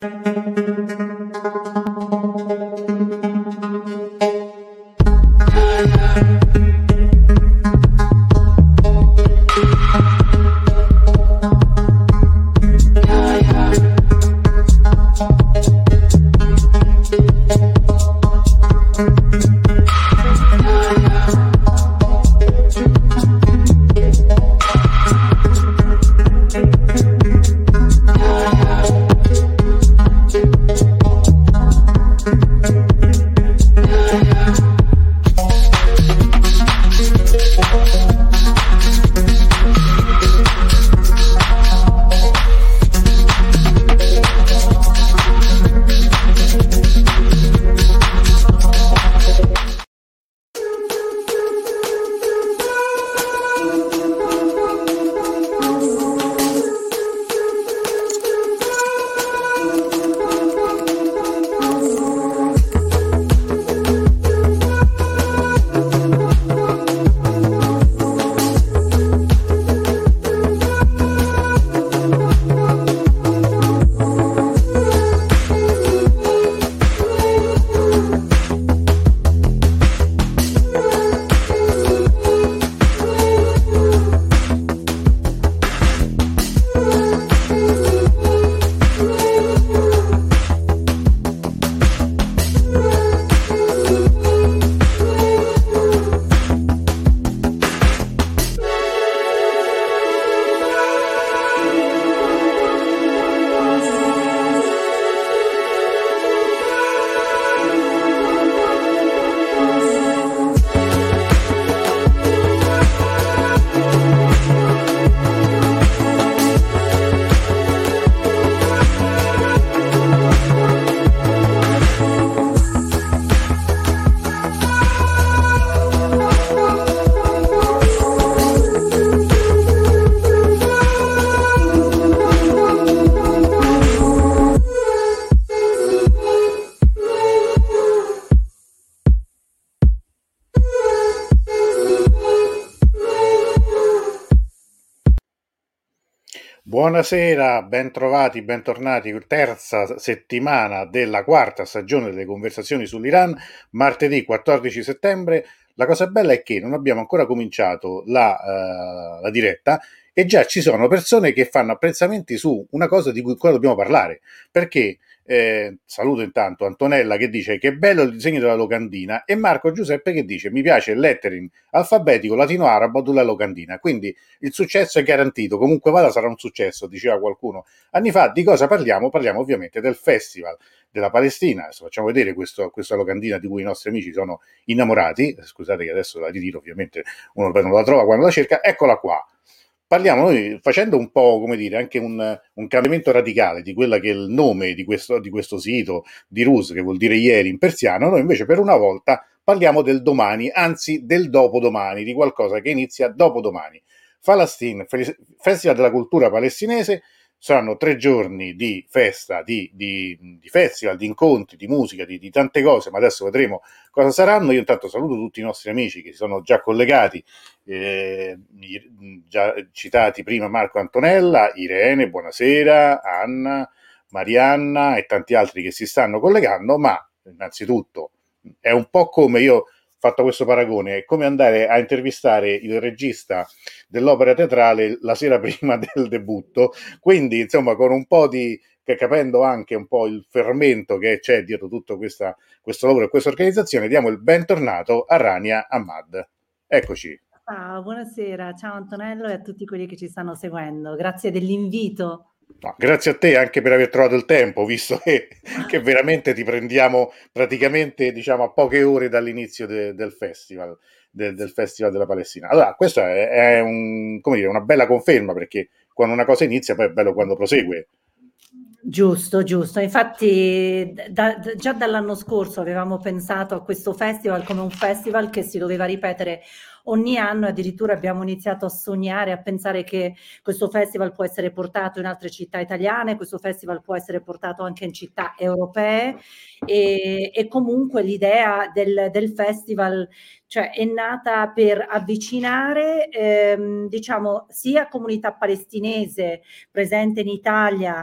Buonasera, bentrovati, bentornati, terza settimana della quarta stagione delle conversazioni sull'Iran, martedì 14 settembre. La cosa bella è che non abbiamo ancora cominciato la diretta e già ci sono persone che fanno apprezzamenti su una cosa di cui ancora dobbiamo parlare, perché saluto intanto Antonella che dice che bello il disegno della locandina e Marco Giuseppe che dice mi piace il lettering alfabetico latino-arabo della locandina, quindi il successo è garantito, comunque vada sarà un successo, diceva qualcuno anni fa. Di cosa parliamo? Parliamo ovviamente del Festival della Palestina. Adesso facciamo vedere questa locandina di cui i nostri amici sono innamorati, scusate che adesso la ritiro, ovviamente uno non la trova quando la cerca, eccola qua. Parliamo noi facendo un po', come dire, anche un cambiamento radicale di quella che è il nome di questo sito, di Rus, che vuol dire ieri in persiano. Noi invece per una volta parliamo del domani, anzi del dopodomani, di qualcosa che inizia dopodomani. Falastin, Festival della cultura palestinese, saranno 3 giorni di festa, di festival, di incontri, di musica, di tante cose, ma adesso vedremo cosa saranno. Io intanto saluto tutti i nostri amici che si sono già collegati, già citati prima Marco Antonella, Irene, buonasera, Anna, Marianna e tanti altri che si stanno collegando, ma innanzitutto è un po' come io fatto questo paragone, è come andare a intervistare il regista dell'opera teatrale la sera prima del debutto, quindi insomma con un po' di, capendo anche un po' il fermento che c'è dietro tutto questo lavoro e questa organizzazione, diamo il bentornato a Rania Ahmad. Eccoci. Ciao, buonasera, ciao Antonello e a tutti quelli che ci stanno seguendo, grazie dell'invito. No, grazie a te anche per aver trovato il tempo, visto che veramente ti prendiamo praticamente, diciamo, a poche ore dall'inizio del festival, del Festival della Palestina. Allora, questa è come dire, una bella conferma, perché quando una cosa inizia poi è bello quando prosegue. Giusto, infatti già dall'anno scorso avevamo pensato a questo festival come un festival che si doveva ripetere ogni anno, addirittura abbiamo iniziato a sognare, a pensare che questo festival può essere portato in altre città italiane, questo festival può essere portato anche in città europee e comunque l'idea del festival, cioè, è nata per avvicinare diciamo sia comunità palestinese presente in Italia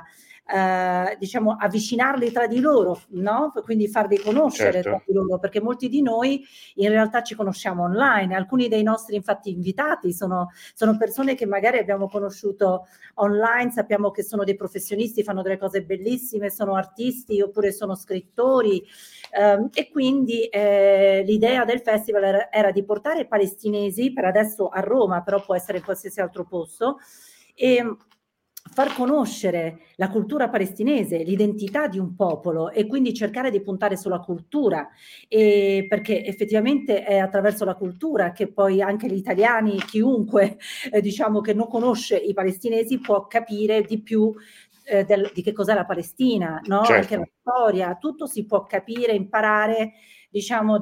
diciamo, avvicinarli tra di loro, no? Quindi farli conoscere tra certo, di loro, perché molti di noi in realtà ci conosciamo online. Alcuni dei nostri, infatti, invitati sono persone che magari abbiamo conosciuto online, sappiamo che sono dei professionisti, fanno delle cose bellissime, sono artisti oppure sono scrittori, e quindi l'idea del festival era di portare palestinesi, per adesso a Roma, però può essere in qualsiasi altro posto, e far conoscere la cultura palestinese, l'identità di un popolo, e quindi cercare di puntare sulla cultura, perché effettivamente è attraverso la cultura che poi anche gli italiani, chiunque diciamo che non conosce i palestinesi, può capire di più di che cos'è la Palestina, no? Anche la certo. storia, tutto si può capire, imparare, diciamo,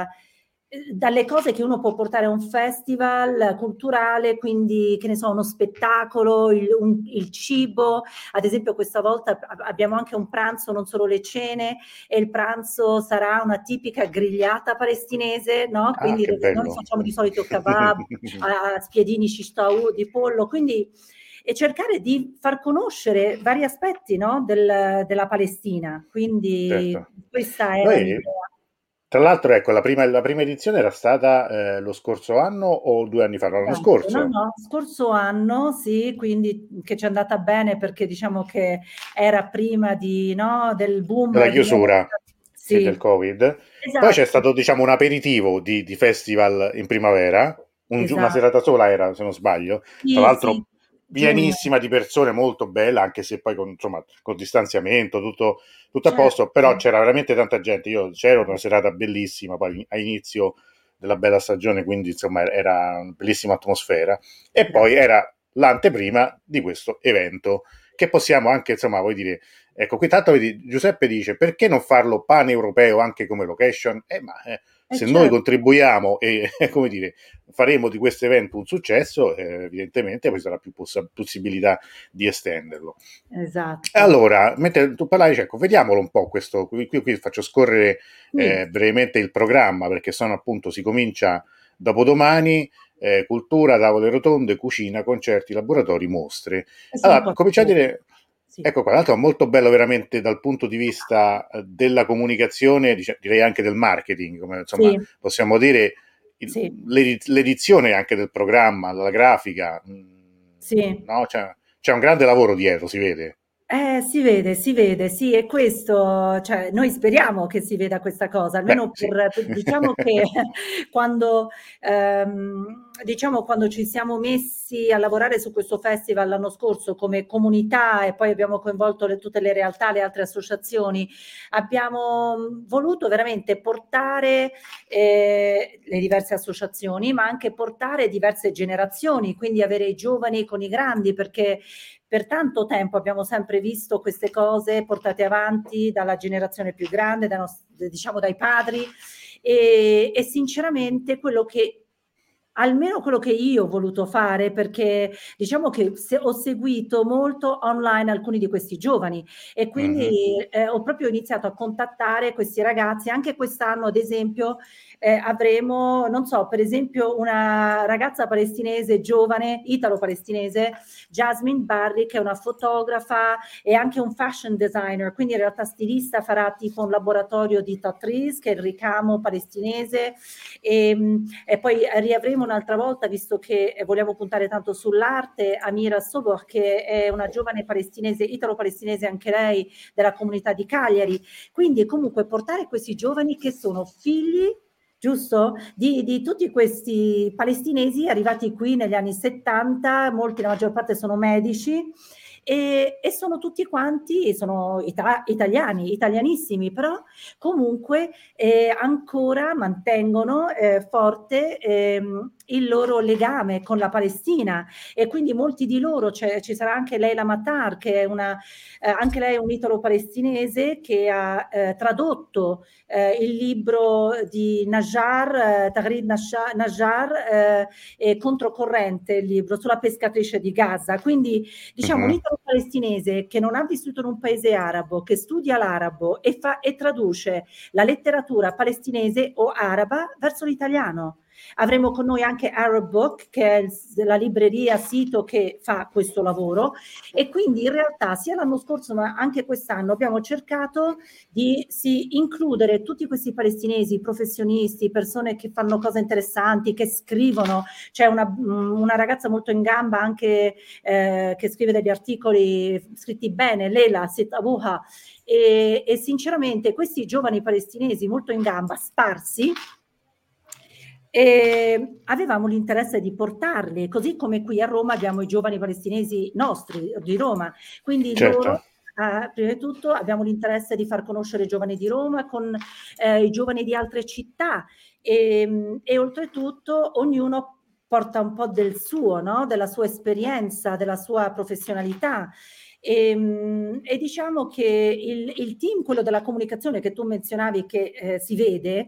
dalle cose che uno può portare a un festival culturale, quindi che ne so, uno spettacolo, il cibo. Ad esempio questa volta abbiamo anche un pranzo, non solo le cene, e il pranzo sarà una tipica grigliata palestinese, no? Ah, Quindi che dove noi bello. facciamo di solito kebab, a spiedini shish taouk di pollo, quindi e cercare di far conoscere vari aspetti, no? Della Palestina. Quindi Certo. questa era Noi, l'idea. tra l'altro, ecco, la prima edizione era stata lo scorso anno o 2 anni fa? No, l'anno Esatto, no, scorso, no, scorso anno sì, quindi che ci è andata bene perché diciamo che era prima no, del della boom di nuovo. chiusura, sì, del Sì, Covid. Poi c'è esatto, stato, diciamo, un aperitivo di festival in primavera, una esatto. serata sola era, se non sbaglio, tra Sì, sì, l'altro giugno, pienissima di persone, molto bella, anche se poi con, insomma, con distanziamento, tutto a certo. posto, però c'era veramente tanta gente. Io c'ero, una serata bellissima, poi a inizio della bella stagione, quindi insomma era una bellissima atmosfera. E poi Esatto. era l'anteprima di questo evento, che possiamo anche, insomma, vuoi dire, ecco, qui tanto vedi, Giuseppe dice perché non farlo pan-europeo anche come location? Se noi Certo, contribuiamo e, come dire, faremo di questo evento un successo, evidentemente poi sarà più possibilità di estenderlo. esatto. Allora, mentre tu parlavi, ecco, vediamolo un po' questo, qui faccio scorrere Sì, brevemente il programma, perché sono appunto, si comincia dopodomani, cultura, tavole rotonde, cucina, concerti, laboratori, mostre. e sono Allora, pochi cominciate a giorni. dire, Sì, ecco qua, tra l'altro è molto bello veramente dal punto di vista della comunicazione, direi anche del marketing, come insomma sì, possiamo dire, sì, l'edizione anche del programma, la grafica, sì. no? C'è un grande lavoro dietro, si vede. Si vede, sì, e questo, cioè, noi speriamo che si veda questa cosa, Beh, almeno sì. diciamo che quando, diciamo, quando ci siamo messi a lavorare su questo festival l'anno scorso come comunità e poi abbiamo coinvolto tutte le realtà, le altre associazioni, abbiamo voluto veramente portare le diverse associazioni, ma anche portare diverse generazioni, quindi avere i giovani con i grandi, perché per tanto tempo abbiamo sempre visto queste cose portate avanti dalla generazione più grande, diciamo dai padri, e sinceramente almeno quello che io ho voluto fare, perché diciamo che ho seguito molto online alcuni di questi giovani e Mhm. quindi ho proprio iniziato a contattare questi ragazzi. Anche quest'anno, ad esempio, avremo, non so, per esempio una ragazza palestinese giovane, italo-palestinese, Jasmine Barry, che è una fotografa e anche un fashion designer, quindi in realtà stilista, farà tipo un laboratorio di Tatriz, che è il ricamo palestinese, e poi riavremo un'altra volta, visto che vogliamo puntare tanto sull'arte, Amira Sobor, che è una giovane palestinese, italo-palestinese anche lei, della comunità di Cagliari. Quindi comunque portare questi giovani che sono figli, giusto? Di tutti questi palestinesi arrivati qui negli anni 70, molti, la maggior parte sono medici, e sono tutti quanti, sono italiani, italianissimi, però comunque ancora mantengono forte il loro legame con la Palestina, e quindi molti di loro, ci sarà anche Leila Matar, che è anche lei è un italo-palestinese che ha tradotto il libro di Najjar, Tahrir Najjar, Controcorrente, il libro sulla pescatrice di Gaza. Quindi diciamo un Mhm. italo-palestinese che non ha vissuto in un paese arabo, che studia l'arabo e traduce la letteratura palestinese o araba verso l'italiano. Avremo con noi anche Arab Book, che è la libreria sito che fa questo lavoro, e quindi in realtà sia l'anno scorso ma anche quest'anno abbiamo cercato di includere tutti questi palestinesi, professionisti, persone che fanno cose interessanti, che scrivono. C'è una ragazza molto in gamba anche che scrive degli articoli scritti bene, Lela Sit Abuha, e sinceramente questi giovani palestinesi molto in gamba, sparsi, e avevamo l'interesse di portarli, così come qui a Roma abbiamo i giovani palestinesi nostri di Roma, quindi loro prima di tutto abbiamo l'interesse di far conoscere i giovani di Roma con i giovani di altre città, e oltretutto ognuno porta un po' del suo, no? Della sua esperienza, della sua professionalità. E diciamo che il team, quello della comunicazione che tu menzionavi, che si vede,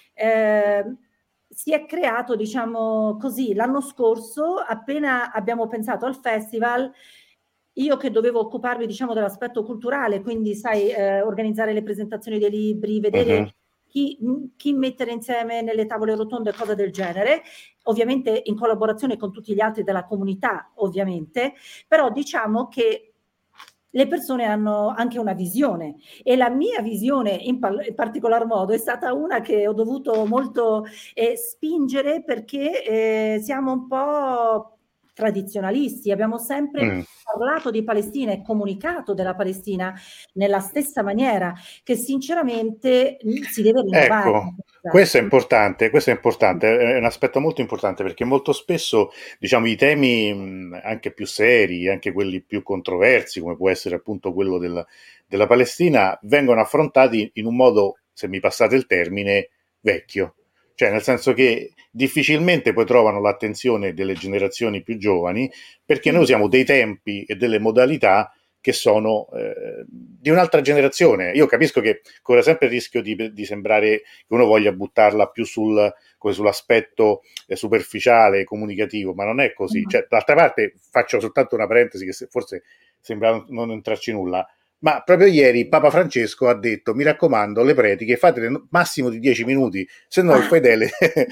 si è creato, diciamo così, l'anno scorso, appena abbiamo pensato al festival. Io che dovevo occuparmi, diciamo, dell'aspetto culturale, quindi sai, organizzare le presentazioni dei libri, vedere chi mettere insieme nelle tavole rotonde, cose del genere, ovviamente in collaborazione con tutti gli altri della comunità, ovviamente, però diciamo che le persone hanno anche una visione, e la mia visione in particolar modo è stata una che ho dovuto molto spingere, perché siamo un po' tradizionalisti, abbiamo sempre parlato di Palestina e comunicato della Palestina nella stessa maniera, che sinceramente si deve rinnovare. Ecco, questo è importante, è un aspetto molto importante, perché molto spesso, diciamo, i temi anche più seri, anche quelli più controversi, come può essere appunto quello della Palestina, vengono affrontati in un modo, se mi passate il termine, vecchio. Cioè, nel senso che difficilmente poi trovano l'attenzione delle generazioni più giovani, perché noi usiamo dei tempi e delle modalità che sono di un'altra generazione. Io capisco che corre sempre il rischio di sembrare che uno voglia buttarla più sull'aspetto superficiale, comunicativo, ma non è così. Cioè, d'altra parte, faccio soltanto una parentesi che forse sembra non entrarci nulla, ma proprio ieri Papa Francesco ha detto: mi raccomando, le prediche fatele massimo di 10 minuti, se no il fedele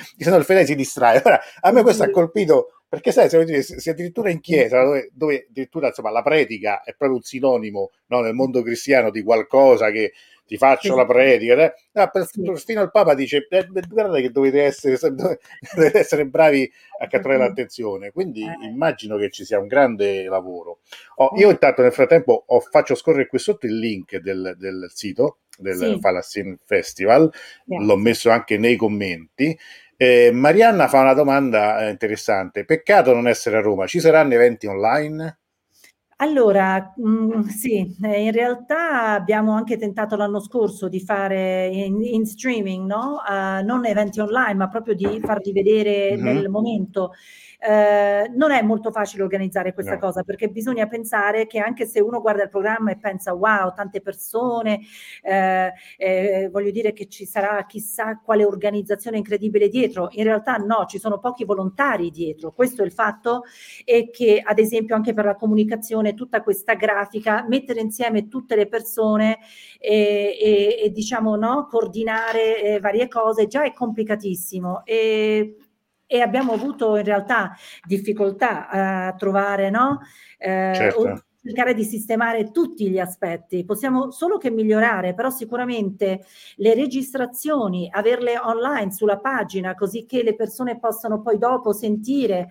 si distrae. Ora, a me questo ha colpito, perché sai, se addirittura in chiesa, dove addirittura, insomma, la predica è proprio un sinonimo, no, nel mondo cristiano di qualcosa che ti faccio la predica, perfino il Papa dice: guardate che dovete essere bravi a catturare l'attenzione. Quindi immagino che ci sia un grande lavoro. Io intanto nel frattempo faccio scorrere qui sotto il link del sito del Palestine Festival, l'ho messo anche nei commenti. Marianna fa una domanda interessante: peccato non essere a Roma, ci saranno eventi online? Allora, sì, in realtà abbiamo anche tentato l'anno scorso di fare in streaming, no? Non eventi online, ma proprio di farli vedere nel momento. Non è molto facile organizzare questa cosa, perché bisogna pensare che anche se uno guarda il programma e pensa wow, tante persone, voglio dire che ci sarà chissà quale organizzazione incredibile dietro, in realtà no, ci sono pochi volontari dietro. Questo è il fatto, e che ad esempio anche per la comunicazione, tutta questa grafica, mettere insieme tutte le persone e diciamo, no, coordinare varie cose già è complicatissimo, e abbiamo avuto in realtà difficoltà a trovare, no? Certo. Cercare di sistemare tutti gli aspetti. Possiamo solo che migliorare, però sicuramente le registrazioni, averle online sulla pagina, così che le persone possano poi dopo sentire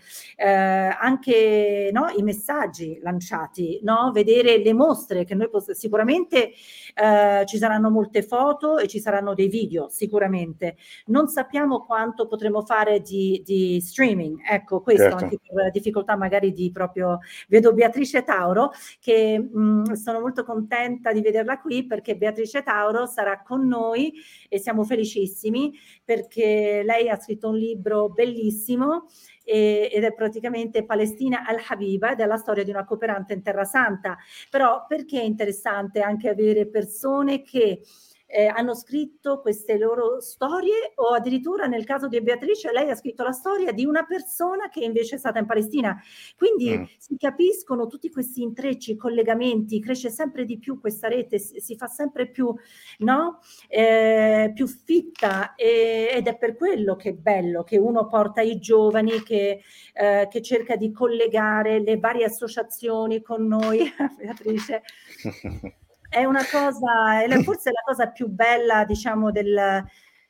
anche, no, i messaggi lanciati, no? Vedere le mostre, che noi sicuramente ci saranno molte foto e ci saranno dei video, sicuramente. Non sappiamo quanto potremo fare di streaming, ecco, questo anche per difficoltà magari di proprio. Vedo Beatrice Tauro, che sono molto contenta di vederla qui, perché Beatrice Tauro sarà con noi e siamo felicissimi, perché lei ha scritto un libro bellissimo ed è praticamente Palestina al-Habiba, ed è la storia di una cooperante in Terra Santa. Però perché è interessante anche avere persone che hanno scritto queste loro storie, o addirittura nel caso di Beatrice lei ha scritto la storia di una persona che invece è stata in Palestina. Quindi si capiscono tutti questi intrecci, collegamenti, cresce sempre di più questa rete, si fa sempre più, no? Più fitta, ed è per quello che è bello che uno porta i giovani, che cerca di collegare le varie associazioni con noi. Beatrice, è una cosa, forse è la cosa più bella, diciamo, del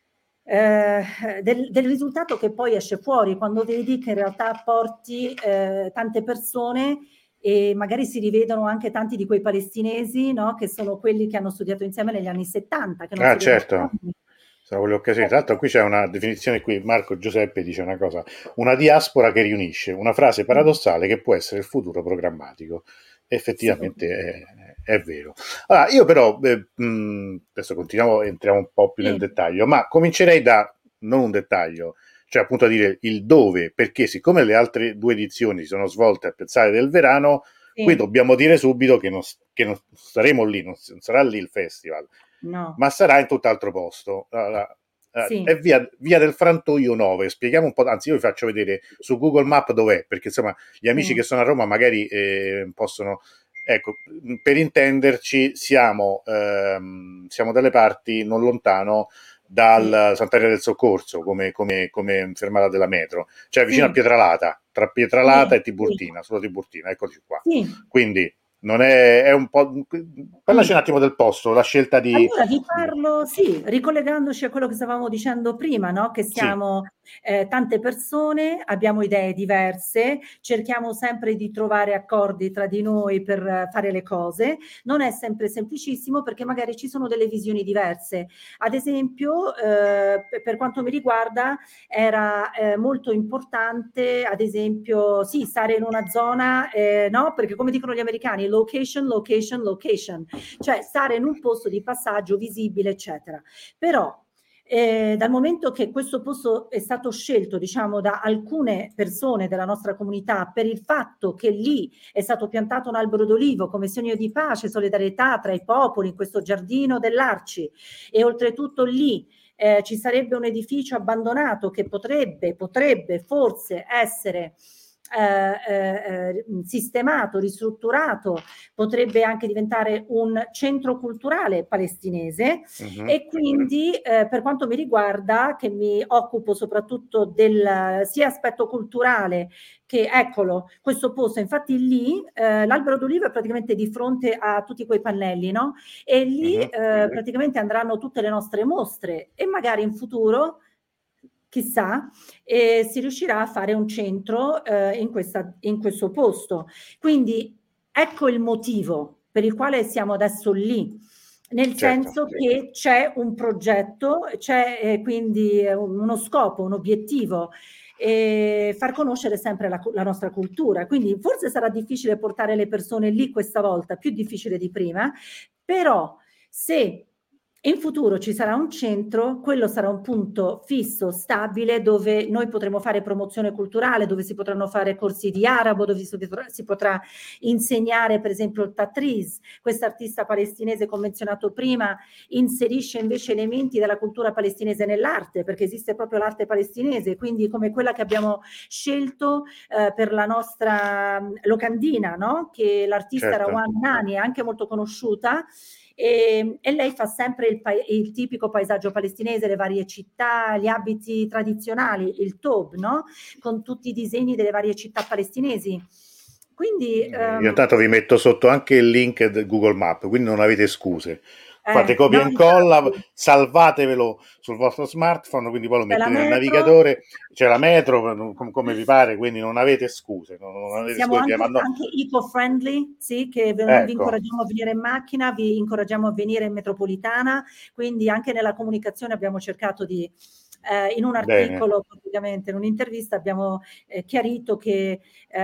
risultato che poi esce fuori, quando vedi che in realtà porti tante persone, e magari si rivedono anche tanti di quei palestinesi, no? Che sono quelli che hanno studiato insieme negli anni 70, che non si vedono da Certo, anni. sono quelle occasioni. Tra l'altro qui c'è una definizione, qui Marco Giuseppe dice una cosa: una diaspora che riunisce, una frase paradossale che può essere il futuro programmatico. Sì, Effettivamente è vero. Allora, io però, adesso continuiamo, entriamo un po' più nel sì, dettaglio, ma comincerei da, non un dettaglio, cioè appunto a dire il dove, perché siccome le altre due edizioni si sono svolte a Piazzale del Verano, qui sì, dobbiamo dire subito che non staremo lì, non sarà lì il festival, no, ma sarà in tutt'altro posto. Allora, è sì, via del Frantoio 9. Spieghiamo un po', anzi io vi faccio vedere su Google Map dov'è, perché insomma gli amici sì, che sono a Roma magari possono... Ecco, per intenderci, siamo dalle parti non lontano sì, dal Sant'Aria del Soccorso, come fermata della metro, cioè vicino a sì, Pietralata, tra Pietralata sì, e Tiburtina, sulla Tiburtina, eccoci qua. sì. Quindi non è un po'... Parlaci un Mm. attimo del posto, la scelta di... Allora vi parlo, sì, ricollegandoci a quello che stavamo dicendo prima, no? Che Sì, siamo tante persone, abbiamo idee diverse, cerchiamo sempre di trovare accordi tra di noi per fare le cose. Non è sempre semplicissimo, perché magari ci sono delle visioni diverse. Ad esempio, per quanto mi riguarda, era molto importante, ad esempio, sì, stare in una zona, no? Perché come dicono gli americani, location, location, location, cioè stare in un posto di passaggio visibile, eccetera. Però dal momento che questo posto è stato scelto, diciamo, da alcune persone della nostra comunità, per il fatto che lì è stato piantato un albero d'olivo come segno di pace, solidarietà tra i popoli, in questo giardino dell'Arci, e oltretutto lì ci sarebbe un edificio abbandonato che potrebbe forse essere sistemato, ristrutturato, potrebbe anche diventare un centro culturale palestinese. mhm, E quindi per quanto mi riguarda, che mi occupo soprattutto del sia aspetto culturale, che eccolo, questo posto, infatti lì l'albero d'olivo è praticamente di fronte a tutti quei pannelli, no? E lì mhm. praticamente andranno tutte le nostre mostre, e magari in futuro, chissà, si riuscirà a fare un centro in questo posto. Quindi ecco il motivo per il quale siamo adesso lì, nel Certo, senso che c'è un progetto, c'è quindi uno scopo, un obiettivo, far conoscere sempre la nostra cultura. Quindi forse sarà difficile portare le persone lì questa volta, più difficile di prima, però se in futuro ci sarà un centro, quello sarà un punto fisso, stabile, dove noi potremo fare promozione culturale, dove si potranno fare corsi di arabo, dove si potrà insegnare per esempio il Tatriz. Questa artista palestinese convenzionato prima inserisce invece elementi della cultura palestinese nell'arte, perché esiste proprio l'arte palestinese, quindi come quella che abbiamo scelto per la nostra locandina, no? Che l'artista certo. Rawan Nani è anche molto conosciuta, e lei fa sempre il tipico paesaggio palestinese, le varie città, gli abiti tradizionali, il tob, no? Con tutti i disegni delle varie città palestinesi. Quindi, Io intanto vi metto sotto anche il link di Google Maps, quindi non avete scuse. Fate no, copia e incolla, infatti, salvatevelo sul vostro smartphone, quindi poi lo c'è la mettete nel metro. navigatore, c'è la metro, come vi pare, quindi non avete scuse, non avete Siamo scuse. Ma no, anche eco-friendly, sì, che non vi ecco, incoraggiamo a venire in macchina, vi incoraggiamo a venire in metropolitana, quindi anche nella comunicazione abbiamo cercato di, in un bene. articolo, praticamente in un'intervista, abbiamo chiarito che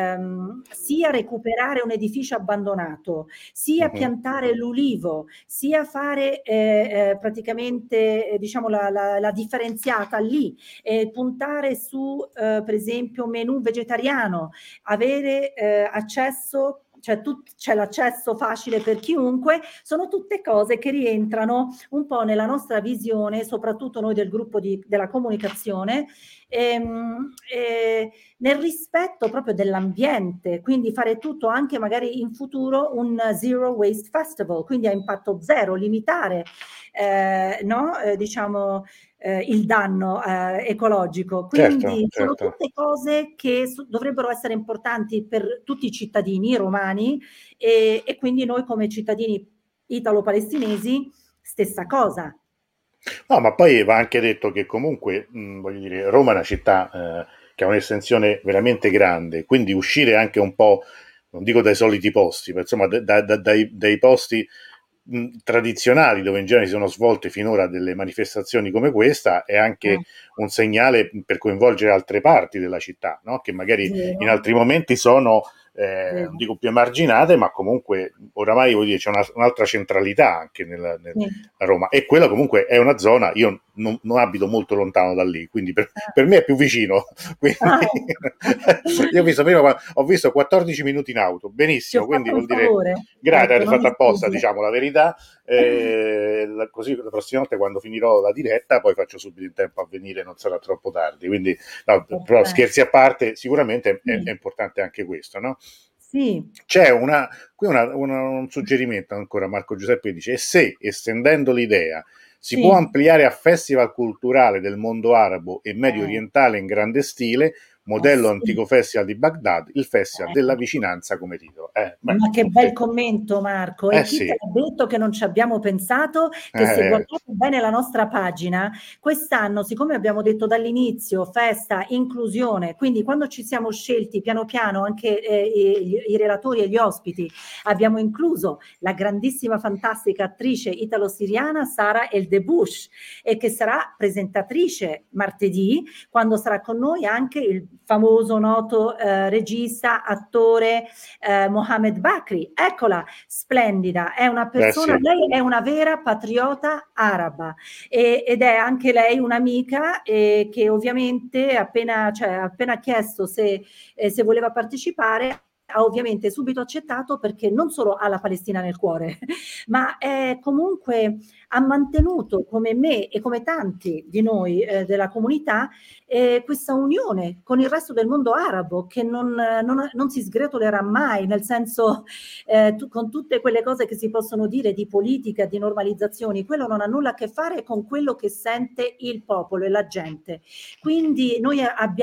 sia recuperare un edificio abbandonato, sia Mhm. piantare l'ulivo, sia fare praticamente diciamo la differenziata lì, puntare su per esempio menù vegetariano, avere accesso c'è l'accesso facile per chiunque, sono tutte cose che rientrano un po' nella nostra visione, soprattutto noi del gruppo della comunicazione, nel rispetto proprio dell'ambiente, quindi fare tutto anche magari in futuro un Zero Waste Festival, quindi a impatto zero, limitare no? Diciamo il danno ecologico. Certo, Quindi sono certo. tutte cose che dovrebbero essere importanti per tutti i cittadini romani e quindi noi come cittadini italo-palestinesi stessa cosa. No, ma poi va anche detto che comunque, voglio dire, Roma è una città che ha un'estensione veramente grande, quindi uscire anche un po', non dico dai soliti posti, ma insomma dai posti tradizionali dove in genere si sono svolte finora delle manifestazioni come questa è anche un segnale per coinvolgere altre parti della città, no? Che magari in Vero, altri momenti sono non vero. dico più emarginate, ma comunque oramai voglio dire, c'è un'altra centralità anche Sì. a Roma. E quella comunque è una zona, io non abito molto lontano da lì, quindi per me è più vicino. Ah, Quindi, io ho visto, prima, ho visto 14 minuti in auto, ci ho benissimo, quindi fatto un vuol dire, favore. grazie, Ecco, avete non mi fatto apposta, scusi. diciamo la verità. Così la prossima volta quando finirò la diretta poi faccio subito in tempo a venire, non sarà troppo tardi. Quindi, no, però Perfetto. scherzi a parte, sicuramente è Sì, importante anche questo, no? sì, C'è qui un suggerimento ancora, Marco Giuseppe dice, e se estendendo l'idea si può sì. ampliare a festival culturale del mondo arabo e medio Eh, orientale in grande stile, modello sì. antico festival di Baghdad, il festival della Eh. vicinanza come titolo. Beh, Ma che bel commento Marco, e chi te sì, l'ha detto che non ci abbiamo pensato? Che se eh, guardate bene la nostra pagina, quest'anno, siccome abbiamo detto dall'inizio festa, inclusione, quindi quando ci siamo scelti piano piano anche i relatori e gli ospiti, abbiamo incluso la grandissima, fantastica attrice italo-siriana Sara El Debbouche e che sarà presentatrice martedì, quando sarà con noi anche il famoso, noto regista, attore Mohamed Bakri. Eccola, splendida, è una persona, sì. lei è una vera patriota araba ed è anche lei un'amica che ovviamente appena chiesto se voleva partecipare ha ovviamente subito accettato perché non solo ha la Palestina nel cuore, ma comunque ha mantenuto come me e come tanti di noi della comunità questa unione con il resto del mondo arabo che non si sgretolerà mai, nel senso con tutte quelle cose che si possono dire di politica, di normalizzazioni, quello non ha nulla a che fare con quello che sente il popolo e la gente. Quindi noi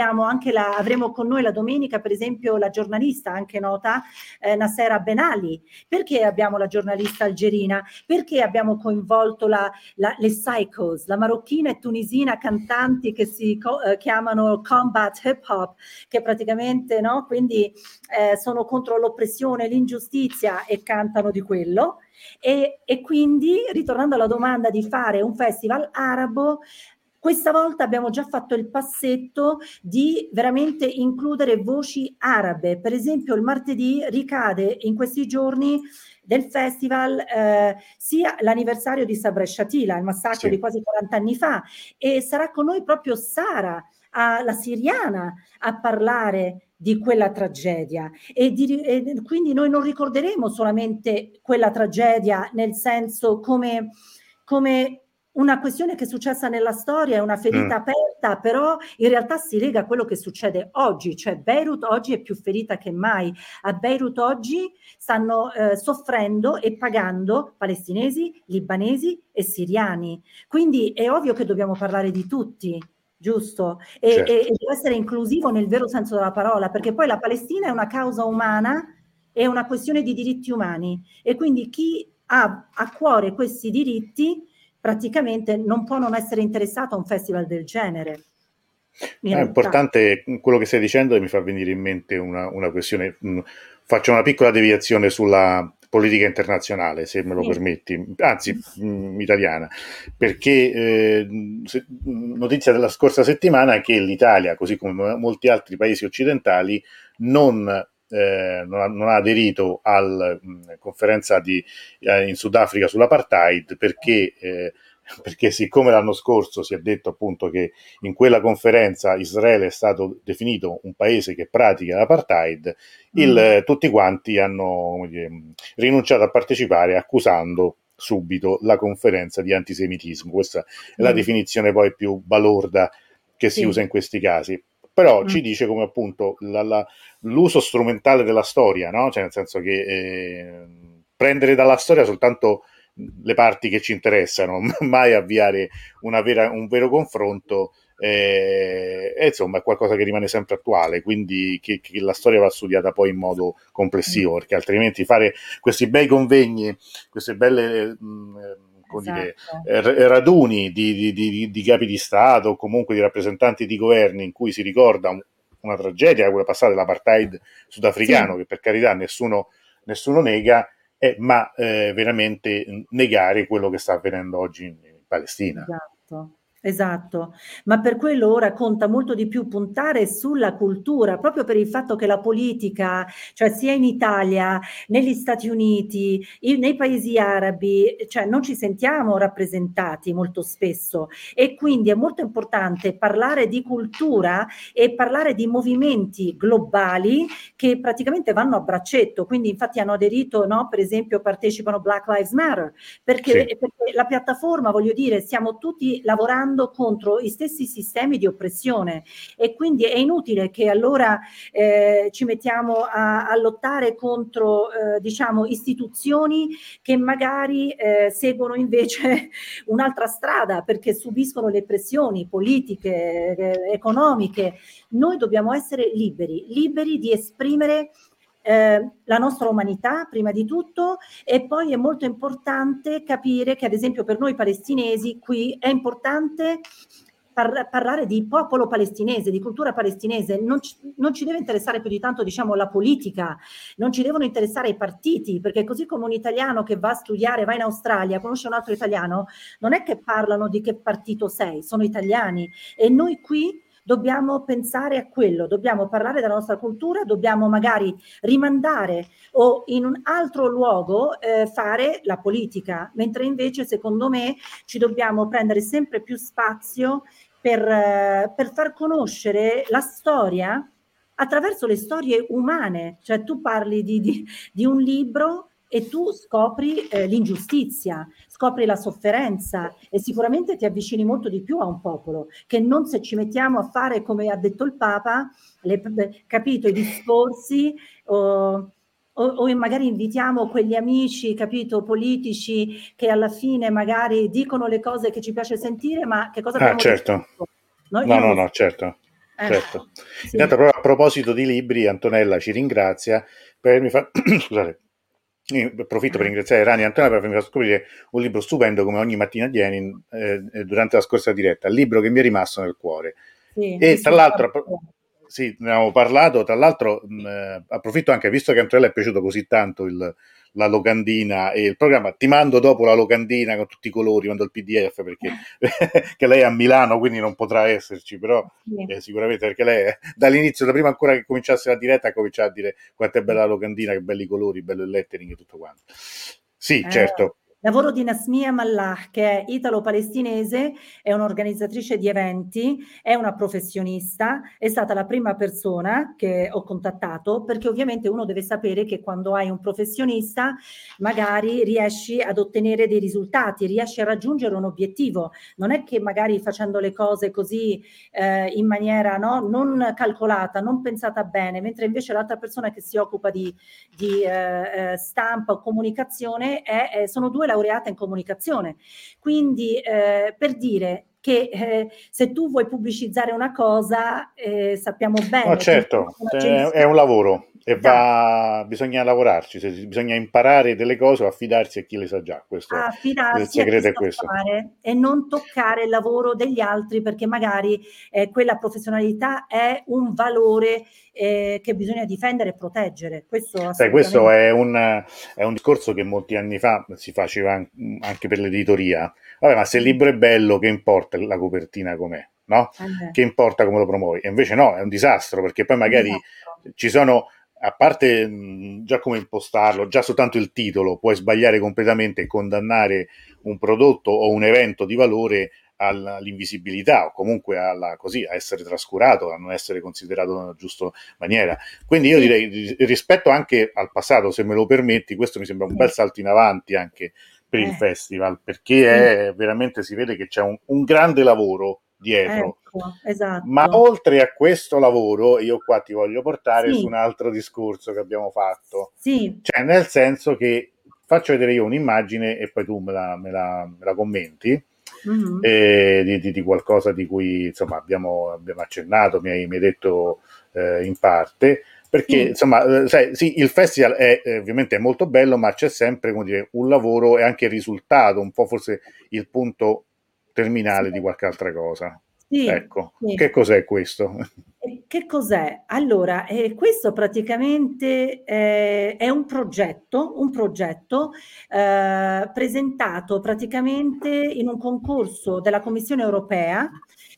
avremo con noi la domenica, per esempio, la giornalista anche nota Nasera Benali. Perché abbiamo la giornalista algerina? Perché abbiamo coinvolto le Psychos, la marocchina e tunisina cantanti che si chiamano Combat Hip Hop, che praticamente no, quindi sono contro l'oppressione, l'ingiustizia e cantano di quello. E quindi, ritornando alla domanda di fare un festival arabo, questa volta abbiamo già fatto il passetto di veramente includere voci arabe. Per esempio, il martedì ricade in questi giorni del festival sia l'anniversario di Sabra e Shatila, il massacro Sì. di quasi 40 anni fa, e sarà con noi proprio Sara, la siriana, a parlare di quella tragedia e quindi noi non ricorderemo solamente quella tragedia nel senso come una questione che è successa nella storia, è una ferita aperta, però in realtà si lega a quello che succede oggi, cioè Beirut oggi è più ferita che mai. A Beirut oggi stanno soffrendo e pagando palestinesi, libanesi e siriani. Quindi è ovvio che dobbiamo parlare di tutti, giusto? E Certo. deve essere inclusivo nel vero senso della parola, perché poi la Palestina è una causa umana, è una questione di diritti umani e quindi chi ha a cuore questi diritti praticamente non può non essere interessato a un festival del genere, in È realtà. importante quello che stai dicendo e mi fa venire in mente una questione. Faccio una piccola deviazione sulla politica internazionale, se me lo Sì, permetti, anzi italiana, perché notizia della scorsa settimana che l'Italia, così come molti altri paesi occidentali, non ha aderito alla conferenza in Sudafrica sull'apartheid perché perché siccome l'anno scorso si è detto appunto che in quella conferenza Israele è stato definito un paese che pratica l'apartheid, tutti quanti hanno, come dire, rinunciato a partecipare accusando subito la conferenza di antisemitismo. Questa è la Sì, definizione poi più balorda che si usa sì. in questi casi. Però Mm. ci dice come appunto l'uso strumentale della storia, no? Cioè nel senso che prendere dalla storia soltanto le parti che ci interessano, mai avviare un vero confronto, e insomma è qualcosa che rimane sempre attuale, quindi che la storia va studiata poi in modo complessivo, perché altrimenti fare questi bei convegni, queste belle come dire, Esatto. raduni di capi di Stato o comunque di rappresentanti di governi in cui si ricorda una tragedia, quella passata dell'apartheid sudafricano, Sì. che per carità nessuno nega, ma veramente negare quello che sta avvenendo oggi in Palestina. Esatto, esatto. Ma per quello ora conta molto di più puntare sulla cultura, proprio per il fatto che la politica, cioè sia in Italia, negli Stati Uniti, nei paesi arabi, cioè non ci sentiamo rappresentati molto spesso e quindi è molto importante parlare di cultura e parlare di movimenti globali che praticamente vanno a braccetto. Quindi infatti hanno aderito, no? Per esempio partecipano Black Lives Matter, Sì. perché la piattaforma, voglio dire, stiamo tutti lavorando contro i stessi sistemi di oppressione e quindi è inutile che allora ci mettiamo a lottare contro diciamo istituzioni che magari seguono invece un'altra strada perché subiscono le pressioni politiche, economiche. Noi dobbiamo essere liberi, liberi di esprimere la nostra umanità prima di tutto e poi è molto importante capire che ad esempio per noi palestinesi qui è importante parlare di popolo palestinese, di cultura palestinese, non ci deve interessare più di tanto diciamo la politica, non ci devono interessare i partiti, perché così come un italiano che va a studiare, va in Australia, conosce un altro italiano, non è che parlano di che partito sei, sono italiani e noi qui dobbiamo pensare a quello, dobbiamo parlare della nostra cultura, dobbiamo magari rimandare o in un altro luogo fare la politica, mentre invece secondo me ci dobbiamo prendere sempre più spazio per far conoscere la storia attraverso le storie umane, cioè tu parli di un libro e tu scopri l'ingiustizia, scopri la sofferenza e sicuramente ti avvicini molto di più a un popolo che non se ci mettiamo a fare come ha detto il Papa, capito, i discorsi o magari invitiamo quegli amici, capito, politici che alla fine magari dicono le cose che ci piace sentire, ma che cosa Ah, abbiamo certo. detto? Noi No, non no, lo no, certo. eh, Certo. sì, Intanto, proprio a proposito di libri, Antonella ci ringrazia per avermi fatto. Scusate, io approfitto per ringraziare Rani e Antonella per avermi fatto scoprire un libro stupendo come ogni mattina vieni durante la scorsa diretta, il libro che mi è rimasto nel cuore. sì, E tra distruttiva. l'altro, sì, ne abbiamo parlato, tra l'altro approfitto anche, visto che a Antonella è piaciuto così tanto la locandina e il programma, ti mando dopo la locandina con tutti i colori, mando il PDF perché che lei è a Milano, quindi non potrà esserci, però Sì, sicuramente perché lei dall'inizio, da prima ancora che cominciasse la diretta, ha cominciato a dire quanto è bella sì. la locandina, che belli colori, bello il lettering e tutto quanto. Sì, Eh, certo. lavoro di Nasmia Mallah, che è italo-palestinese, è un'organizzatrice di eventi, è una professionista, è stata la prima persona che ho contattato perché ovviamente uno deve sapere che quando hai un professionista magari riesci ad ottenere dei risultati, riesci a raggiungere un obiettivo. Non è che magari facendo le cose così in maniera no, non calcolata, non pensata bene, mentre invece l'altra persona che si occupa di stampa o comunicazione sono due laureate in comunicazione. Quindi per dire che se tu vuoi pubblicizzare una cosa, sappiamo No, bene che certo, è un'agenzia un lavoro e esatto, bisogna lavorarci, bisogna imparare delle cose o affidarsi a chi le sa già, a questo, il affidarsi a chi segreto è sa questo. fare e non toccare il lavoro degli altri perché magari quella professionalità è un valore che bisogna difendere e proteggere. Questo Sai, questo assolutamente. è un discorso che molti anni fa si faceva anche per l'editoria. Vabbè, ma se il Mm. libro è bello, che importa la copertina com'è, no? Eh, Che importa come lo promuovi? E invece no, è un disastro, perché poi magari esatto. ci sono a parte già come impostarlo, già soltanto il titolo, puoi sbagliare completamente e condannare un prodotto o un evento di valore all'invisibilità o comunque così, a essere trascurato, a non essere considerato nella giusta maniera. Quindi io Sì, direi, rispetto anche al passato, se me lo permetti, questo mi sembra un sì, bel salto in avanti anche per il eh, festival, perché sì, veramente si vede che c'è un grande lavoro dietro. ecco, Ma esatto. oltre a questo lavoro, io qua ti voglio portare su Sì, un altro discorso che abbiamo fatto, sì, cioè nel senso che faccio vedere io un'immagine e poi tu me la commenti, mhm, di qualcosa di cui insomma abbiamo accennato, mi hai detto in parte, perché sì, insomma, sai, sì, il festival è ovviamente è molto bello, ma c'è sempre, come dire, un lavoro e anche il risultato, un po' forse il punto sì, terminale di qualche altra cosa. sì, Ecco, che sì. cos'è questo? E che cos'è? Allora, questo praticamente è un progetto presentato praticamente in un concorso della Commissione europea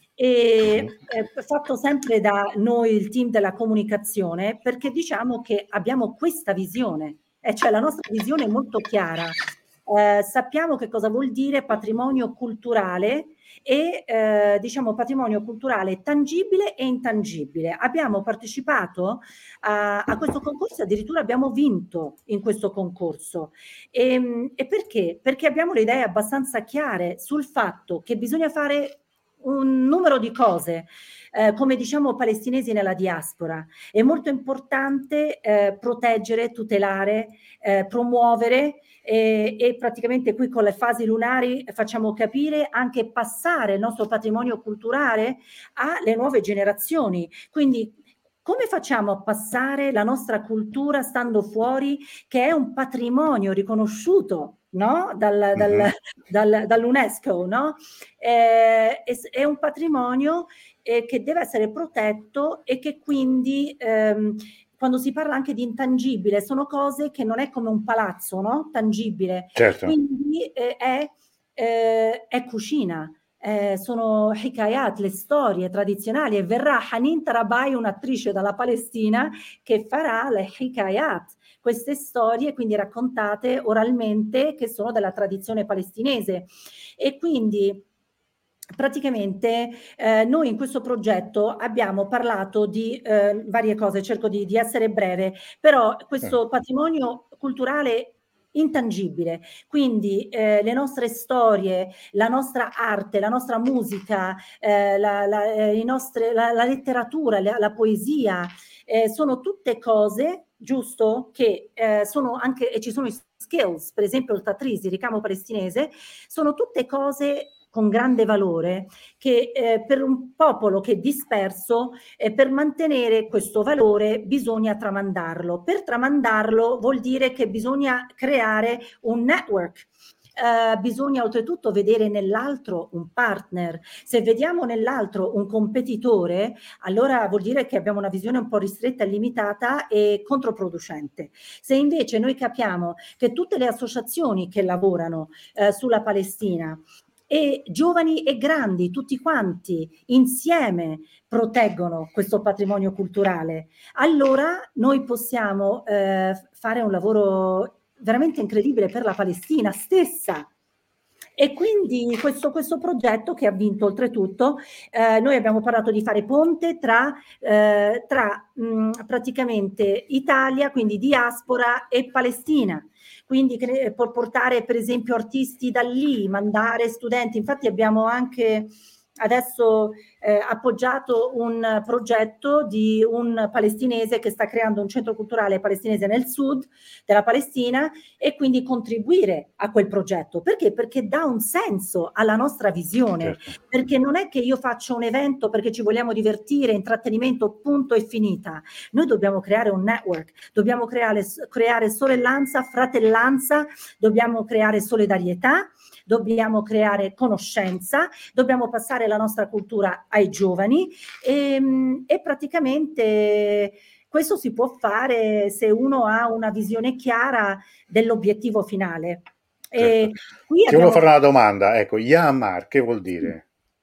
e fatto sempre da noi, il team della comunicazione, perché diciamo che abbiamo questa visione, e cioè la nostra visione è molto chiara. Sappiamo che cosa vuol dire patrimonio culturale e diciamo patrimonio culturale tangibile e intangibile. Abbiamo partecipato a questo concorso e addirittura abbiamo vinto in questo concorso. E perché? Perché abbiamo le idee abbastanza chiare sul fatto che bisogna fare un numero di cose, come diciamo palestinesi nella diaspora. È molto importante proteggere, tutelare, promuovere e praticamente qui con le fasi lunari facciamo capire anche passare il nostro patrimonio culturale alle nuove generazioni. Quindi come facciamo a passare la nostra cultura stando fuori, che è un patrimonio riconosciuto, no? Mhm. Dall'UNESCO, no? È un patrimonio che deve essere protetto e che quindi quando si parla anche di intangibile, sono cose che non è come un palazzo, no? Tangibile. Certo, Quindi è cucina, sono hikayat, le storie tradizionali e verrà Hanin Tarabai, un'attrice dalla Palestina, che farà le hikayat, queste storie quindi raccontate oralmente che sono della tradizione palestinese. E quindi praticamente noi in questo progetto abbiamo parlato di varie cose, cerco di essere breve, però eh, questo patrimonio culturale intangibile, quindi le nostre storie, la nostra arte, la nostra musica, la letteratura, la poesia, sono tutte cose, giusto, che sono anche, e ci sono i skills, per esempio il Tatrisi, ricamo palestinese, sono tutte cose con grande valore che per un popolo che è disperso, per mantenere questo valore bisogna tramandarlo. Per tramandarlo vuol dire che bisogna creare un network. Bisogna oltretutto vedere nell'altro un partner. Se vediamo nell'altro un competitore, allora vuol dire che abbiamo una visione un po' ristretta e limitata e controproducente. Se invece noi capiamo che tutte le associazioni che lavorano sulla Palestina e giovani e grandi, tutti quanti insieme proteggono questo patrimonio culturale, allora noi possiamo fare un lavoro veramente incredibile per la Palestina stessa. E quindi questo progetto che ha vinto oltretutto, noi abbiamo parlato di fare ponte tra praticamente Italia, quindi diaspora e Palestina. Quindi portare per esempio artisti da lì, mandare studenti. Infatti abbiamo anche adesso appoggiato un progetto di un palestinese che sta creando un centro culturale palestinese nel sud della Palestina e quindi contribuire a quel progetto. Perché? Perché dà un senso alla nostra visione, certo. perché non è che io faccio un evento perché ci vogliamo divertire, intrattenimento, punto e finita. Noi dobbiamo creare un network, dobbiamo creare sorellanza, fratellanza, dobbiamo creare solidarietà, dobbiamo creare conoscenza, dobbiamo passare la nostra cultura ai giovani e praticamente questo si può fare se uno ha una visione chiara dell'obiettivo finale. Certo. E qui Ti volevo abbiamo fare una parlato. domanda, ecco, Yamar, che vuol Sì. dire?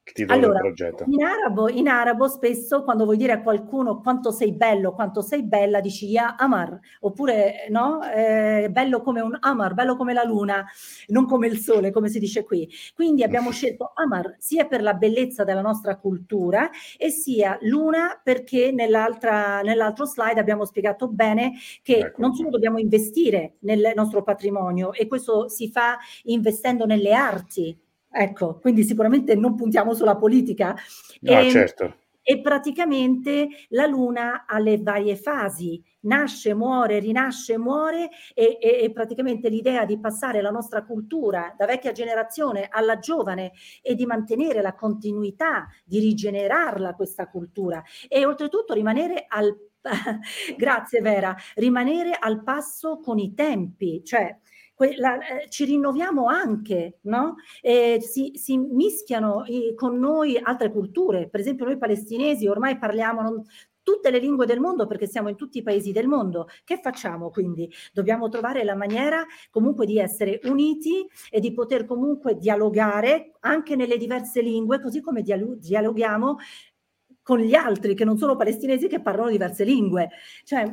il titolo del Allora, progetto. in arabo spesso quando vuoi dire a qualcuno quanto sei bello, quanto sei bella, dici ya Amar, oppure no, bello come un Amar, bello come la luna, non come il sole, come si dice qui. Quindi abbiamo scelto Amar sia per la bellezza della nostra cultura e sia luna perché nell'altro slide abbiamo spiegato bene che Eccolo non qua. solo dobbiamo investire nel nostro patrimonio e questo si fa investendo nelle arti. Ecco, quindi sicuramente non puntiamo sulla politica. No, E, certo. e praticamente la Luna ha le varie fasi, nasce, muore, rinasce, muore e praticamente l'idea di passare la nostra cultura da vecchia generazione alla giovane e di mantenere la continuità, di rigenerarla questa cultura e oltretutto rimanere al grazie Vera, rimanere al passo con i tempi, cioè ci rinnoviamo anche, no? Si mischiano con noi altre culture, per esempio noi palestinesi ormai parliamo tutte le lingue del mondo perché siamo in tutti i paesi del mondo. Che facciamo quindi? Dobbiamo trovare la maniera comunque di essere uniti e di poter comunque dialogare anche nelle diverse lingue, così come dialoghiamo con gli altri che non sono palestinesi che parlano diverse lingue. Cioè,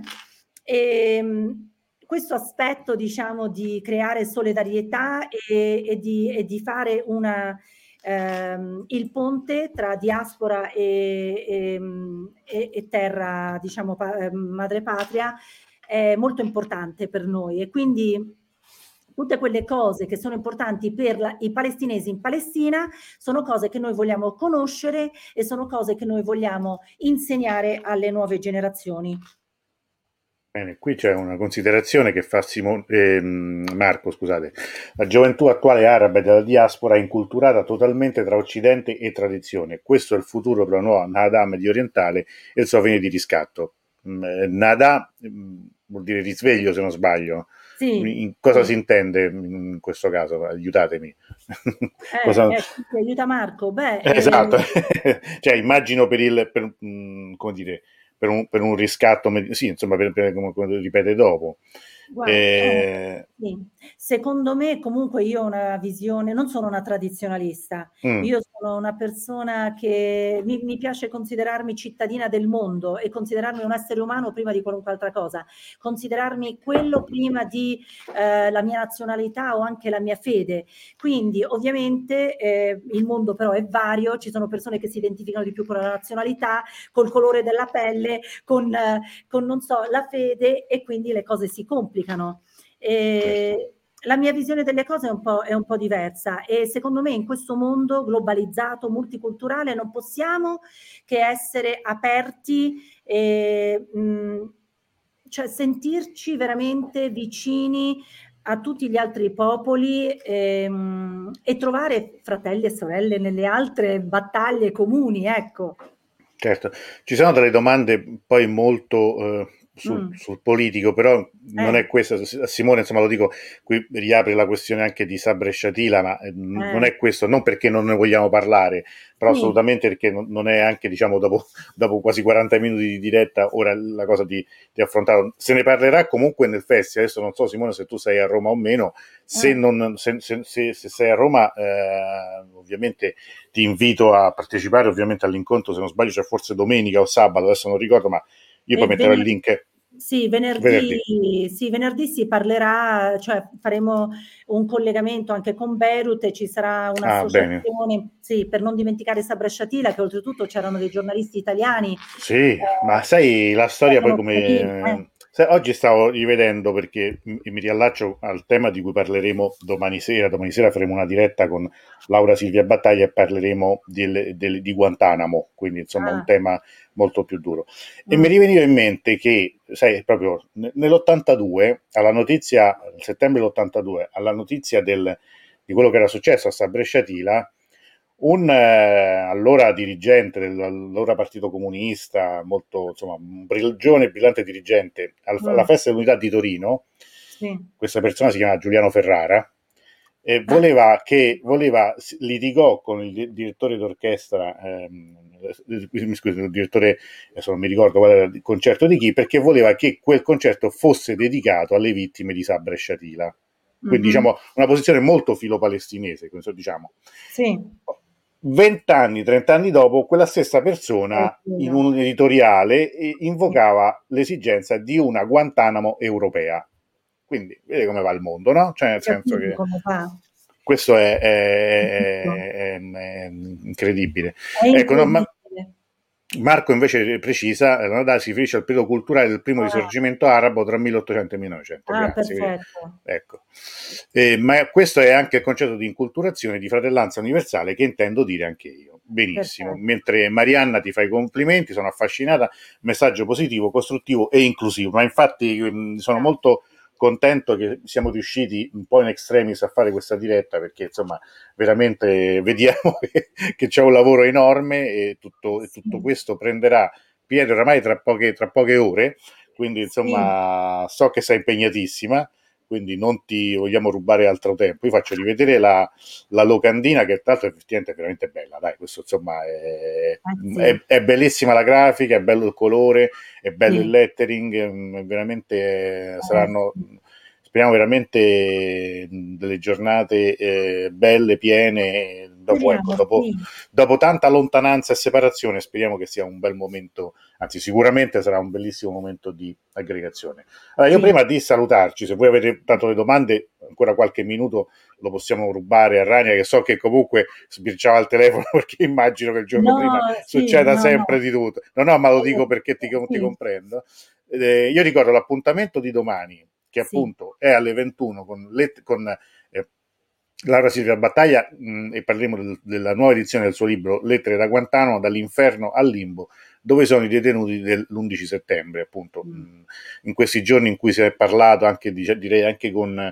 questo aspetto, diciamo, di creare solidarietà e di fare il ponte tra diaspora e terra, diciamo, madrepatria è molto importante per noi e quindi tutte quelle cose che sono importanti per i palestinesi in Palestina sono cose che noi vogliamo conoscere e sono cose che noi vogliamo insegnare alle nuove generazioni. Bene, qui c'è una considerazione che fa Marco, scusate. La gioventù attuale araba e della diaspora è inculturata totalmente tra Occidente e tradizione. Questo è il futuro per la nuova Nahda medio orientale e il suo avvenire di riscatto. Nahda vuol dire risveglio, se non sbaglio. Sì, In cosa sì. si intende in questo caso? Aiutatemi. Cosa... Ti aiuta Marco? Beh, Esatto, cioè immagino come dire, per un riscatto, sì, insomma, come ripete dopo. guarda, Eh, sì. Secondo me comunque io ho una visione, non sono una tradizionalista, mm, io sono una persona che mi piace considerarmi cittadina del mondo e considerarmi un essere umano prima di qualunque altra cosa, considerarmi quello prima di la mia nazionalità o anche la mia fede. Quindi ovviamente il mondo però è vario, ci sono persone che si identificano di più con la nazionalità, col colore della pelle, con non so, la fede e quindi le cose si complicano. certo. La mia visione delle cose è un po' diversa e secondo me in questo mondo globalizzato, multiculturale, non possiamo che essere aperti e cioè sentirci veramente vicini a tutti gli altri popoli e trovare fratelli e sorelle nelle altre battaglie comuni, ecco. Certo, ci sono delle domande poi molto Mm. sul politico, però non Eh, è questo. A Simone, insomma, lo dico, qui riapre la questione anche di Sabra e Shatila, ma non eh, è questo, non perché non ne vogliamo parlare, però sì, assolutamente perché non è anche, diciamo, dopo quasi 40 minuti di diretta, ora la cosa di affrontare. Se ne parlerà comunque nel festival, adesso non so Simone se tu sei a Roma o meno, eh. se sei a Roma ovviamente ti invito a partecipare ovviamente all'incontro, se non sbaglio c'è forse domenica o sabato, adesso non ricordo, ma io poi E metterò il link sì, venerdì, venerdì. sì, venerdì si parlerà, cioè faremo un collegamento anche con Beirut e ci sarà Ah, bene. un'associazione, sì, per non dimenticare Sabra Shatila, che oltretutto c'erano dei giornalisti italiani Sì, ma sai la che storia poi erano carini. come... Oggi stavo rivedendo perché mi riallaccio al tema di cui parleremo domani sera. Domani sera faremo una diretta con Laura Silvia Battaglia e parleremo di Guantanamo, quindi insomma un Ah, tema molto più duro. E mi mm, riveniva in mente che, sai, proprio nell'82, alla notizia, nel settembre dell'82, alla notizia di quello che era successo a Sabresciatila, un allora dirigente dell'allora Partito Comunista, molto, insomma, giovane e brillante dirigente, alla mm, Festa dell'Unità di Torino, sì. questa persona si chiama Giuliano Ferrara, e litigò con il direttore d'orchestra, mi scusi, il direttore, adesso non mi ricordo qual era il concerto di chi, perché voleva che quel concerto fosse dedicato alle vittime di Sabra e Shatila. Quindi Mhm. diciamo una posizione molto filo-palestinese, diciamo. Sì. 20 anni, 30 anni dopo, quella stessa persona in un editoriale invocava l'esigenza di una Guantanamo europea. Quindi vedi come va il mondo, no? Cioè, nel senso che come va. questo è incredibile. È Ecco, no, incredibile. Marco invece precisa, la Nadal si riferisce al periodo culturale del primo risorgimento arabo tra 1800 e 1900. Grazie. Perfetto. Ecco. Ma questo è anche il concetto di inculturazione, di fratellanza universale che intendo dire anche io. Benissimo. Perfetto. Mentre Marianna ti fa i complimenti, sono affascinata, messaggio positivo, costruttivo e inclusivo. Ma infatti sono molto contento che siamo riusciti un po' in extremis a fare questa diretta, perché insomma veramente vediamo che c'è un lavoro enorme e tutto questo prenderà piede oramai tra poche ore, quindi insomma so che sei impegnatissima, quindi non ti vogliamo rubare altro tempo. Io faccio rivedere la locandina, che tra l'altro effettivamente è veramente bella, dai, questo insomma è bellissima la grafica, è bello il colore, è bello il lettering, veramente saranno, speriamo veramente delle giornate belle, piene, dopo tanta lontananza e separazione. Speriamo che sia un bel momento, anzi sicuramente sarà un bellissimo momento di aggregazione. Allora, io prima di salutarci, se voi avete tanto le domande, ancora qualche minuto lo possiamo rubare a Rania, che so che comunque sbirciava il telefono, perché immagino che il giorno prima succeda sempre di tutto. No, ma lo dico perché ti comprendo. Io ricordo l'appuntamento di domani, che appunto è alle 21 con Laura Silvia Battaglia, e parleremo della nuova edizione del suo libro Lettere da Guantanamo, dall'inferno al limbo, dove sono i detenuti dell'11 settembre, appunto. In questi giorni in cui si è parlato anche, direi anche con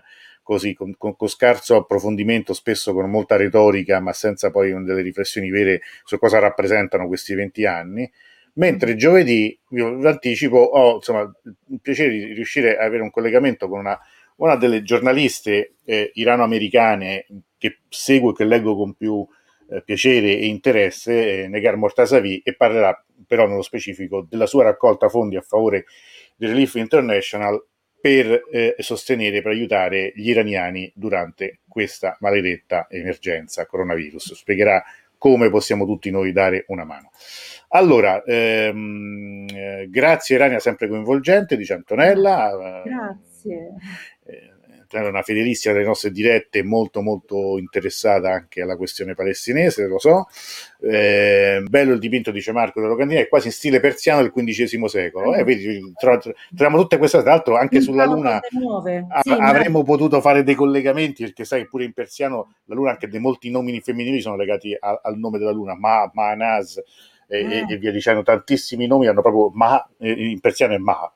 scarso approfondimento, spesso con molta retorica, ma senza poi delle riflessioni vere su cosa rappresentano questi 20 anni. Mentre giovedì, io vi anticipo, ho insomma il piacere di riuscire a avere un collegamento con una delle giornaliste irano-americane che seguo e che leggo con più piacere e interesse, Negar Mortazavi, e parlerà però nello specifico della sua raccolta fondi a favore di Relief International per sostenere, per aiutare gli iraniani durante questa maledetta emergenza coronavirus. Spiegherà come possiamo tutti noi dare una mano. Allora, grazie Rania, sempre coinvolgente, dice Antonella. Grazie. Era una fedelissima delle nostre dirette, molto molto interessata anche alla questione palestinese, lo so. Bello il dipinto, dice Marco, della locandina, è quasi in stile persiano del XV secolo. Vedi, troviamo tutte queste, tra l'altro anche sulla Luna avremmo potuto fare dei collegamenti, perché sai, pure in persiano la Luna, anche dei molti nomi femminili sono legati al nome della Luna, Mahnaz e via dicendo, tantissimi nomi hanno proprio in persiano è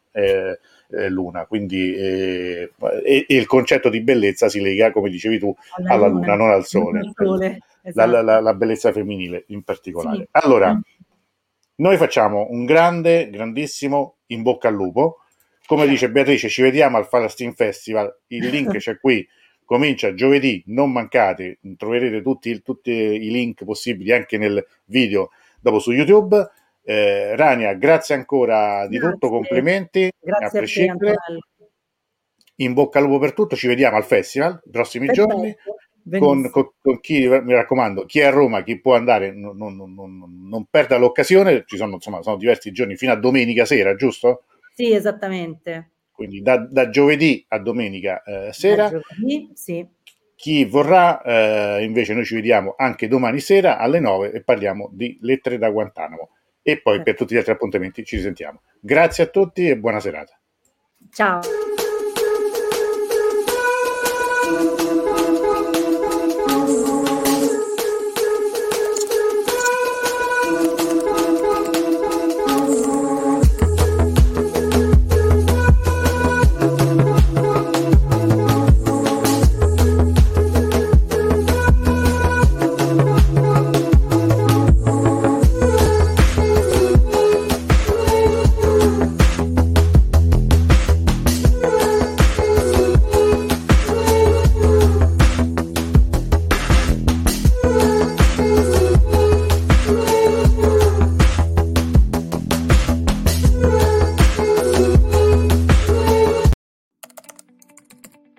Luna, quindi e il concetto di bellezza si lega, come dicevi tu, alla Luna, non al Sole. Esatto. La bellezza femminile in particolare. Sì. Allora, noi facciamo un grandissimo in bocca al lupo. Come dice Beatrice, ci vediamo al Palestine Festival, il link c'è qui, comincia giovedì, non mancate, troverete tutti i link possibili anche nel video dopo su YouTube. Rania, grazie ancora di tutto, complimenti, grazie a prescindere. In bocca al lupo per tutto, ci vediamo al festival i prossimi giorni. Con chi, mi raccomando, chi è a Roma, chi può andare, non perda l'occasione. Ci sono, insomma, sono diversi giorni fino a domenica sera, giusto? Sì, esattamente. Quindi da giovedì a domenica sera. Giovedì, sì. Chi vorrà, invece, noi ci vediamo anche domani sera alle 9 e parliamo di Lettere da Guantanamo. E poi per tutti gli altri appuntamenti ci risentiamo. Grazie a tutti e buona serata. Ciao.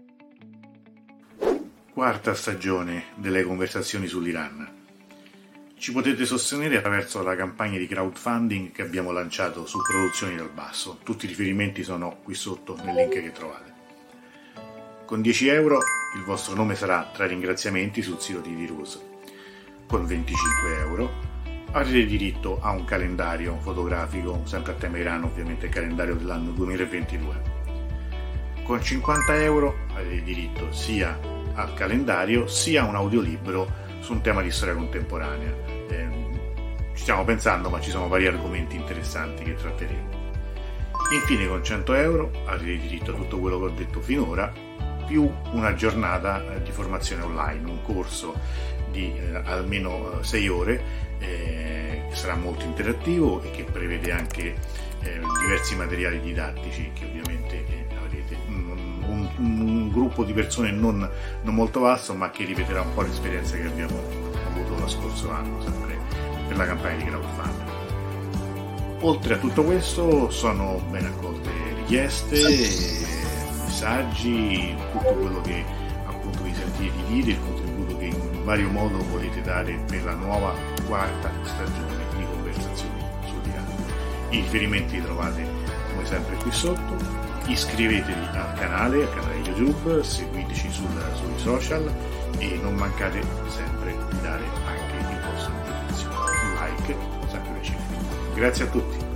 Quarta stagione delle conversazioni sull'Iran. Ci potete sostenere attraverso la campagna di crowdfunding che abbiamo lanciato su Produzioni dal Basso. Tutti i riferimenti sono qui sotto nel link che trovate. Con 10 euro il vostro nome sarà tra i ringraziamenti sul sito di Virus. Con 25 euro avrete diritto a un calendario fotografico, sempre a tema Iran, ovviamente il calendario dell'anno 2022. Con 50 euro avrete diritto sia al calendario sia a un audiolibro su un tema di storia contemporanea. Ci stiamo pensando, ma ci sono vari argomenti interessanti che tratteremo. Infine, con 100 euro avrete diritto a tutto quello che ho detto finora, più una giornata di formazione online, un corso di almeno 6 ore che sarà molto interattivo e che prevede anche diversi materiali didattici che ovviamente avrete un gruppo di persone non molto vasto, ma che ripeterà un po' l'esperienza che abbiamo avuto lo scorso anno, sempre per la campagna di crowdfunding. Oltre a tutto questo sono ben accolte richieste, messaggi, tutto quello che appunto vi sentite di dire, il contributo che in vario modo volete dare per la nuova quarta stagione di Conversazioni sull'Iran. I riferimenti li trovate come sempre qui sotto. Iscrivetevi al canale YouTube, seguiteci sui social e non mancate sempre di dare anche il vostro giudizio, un like, sempre piacere. Grazie a tutti.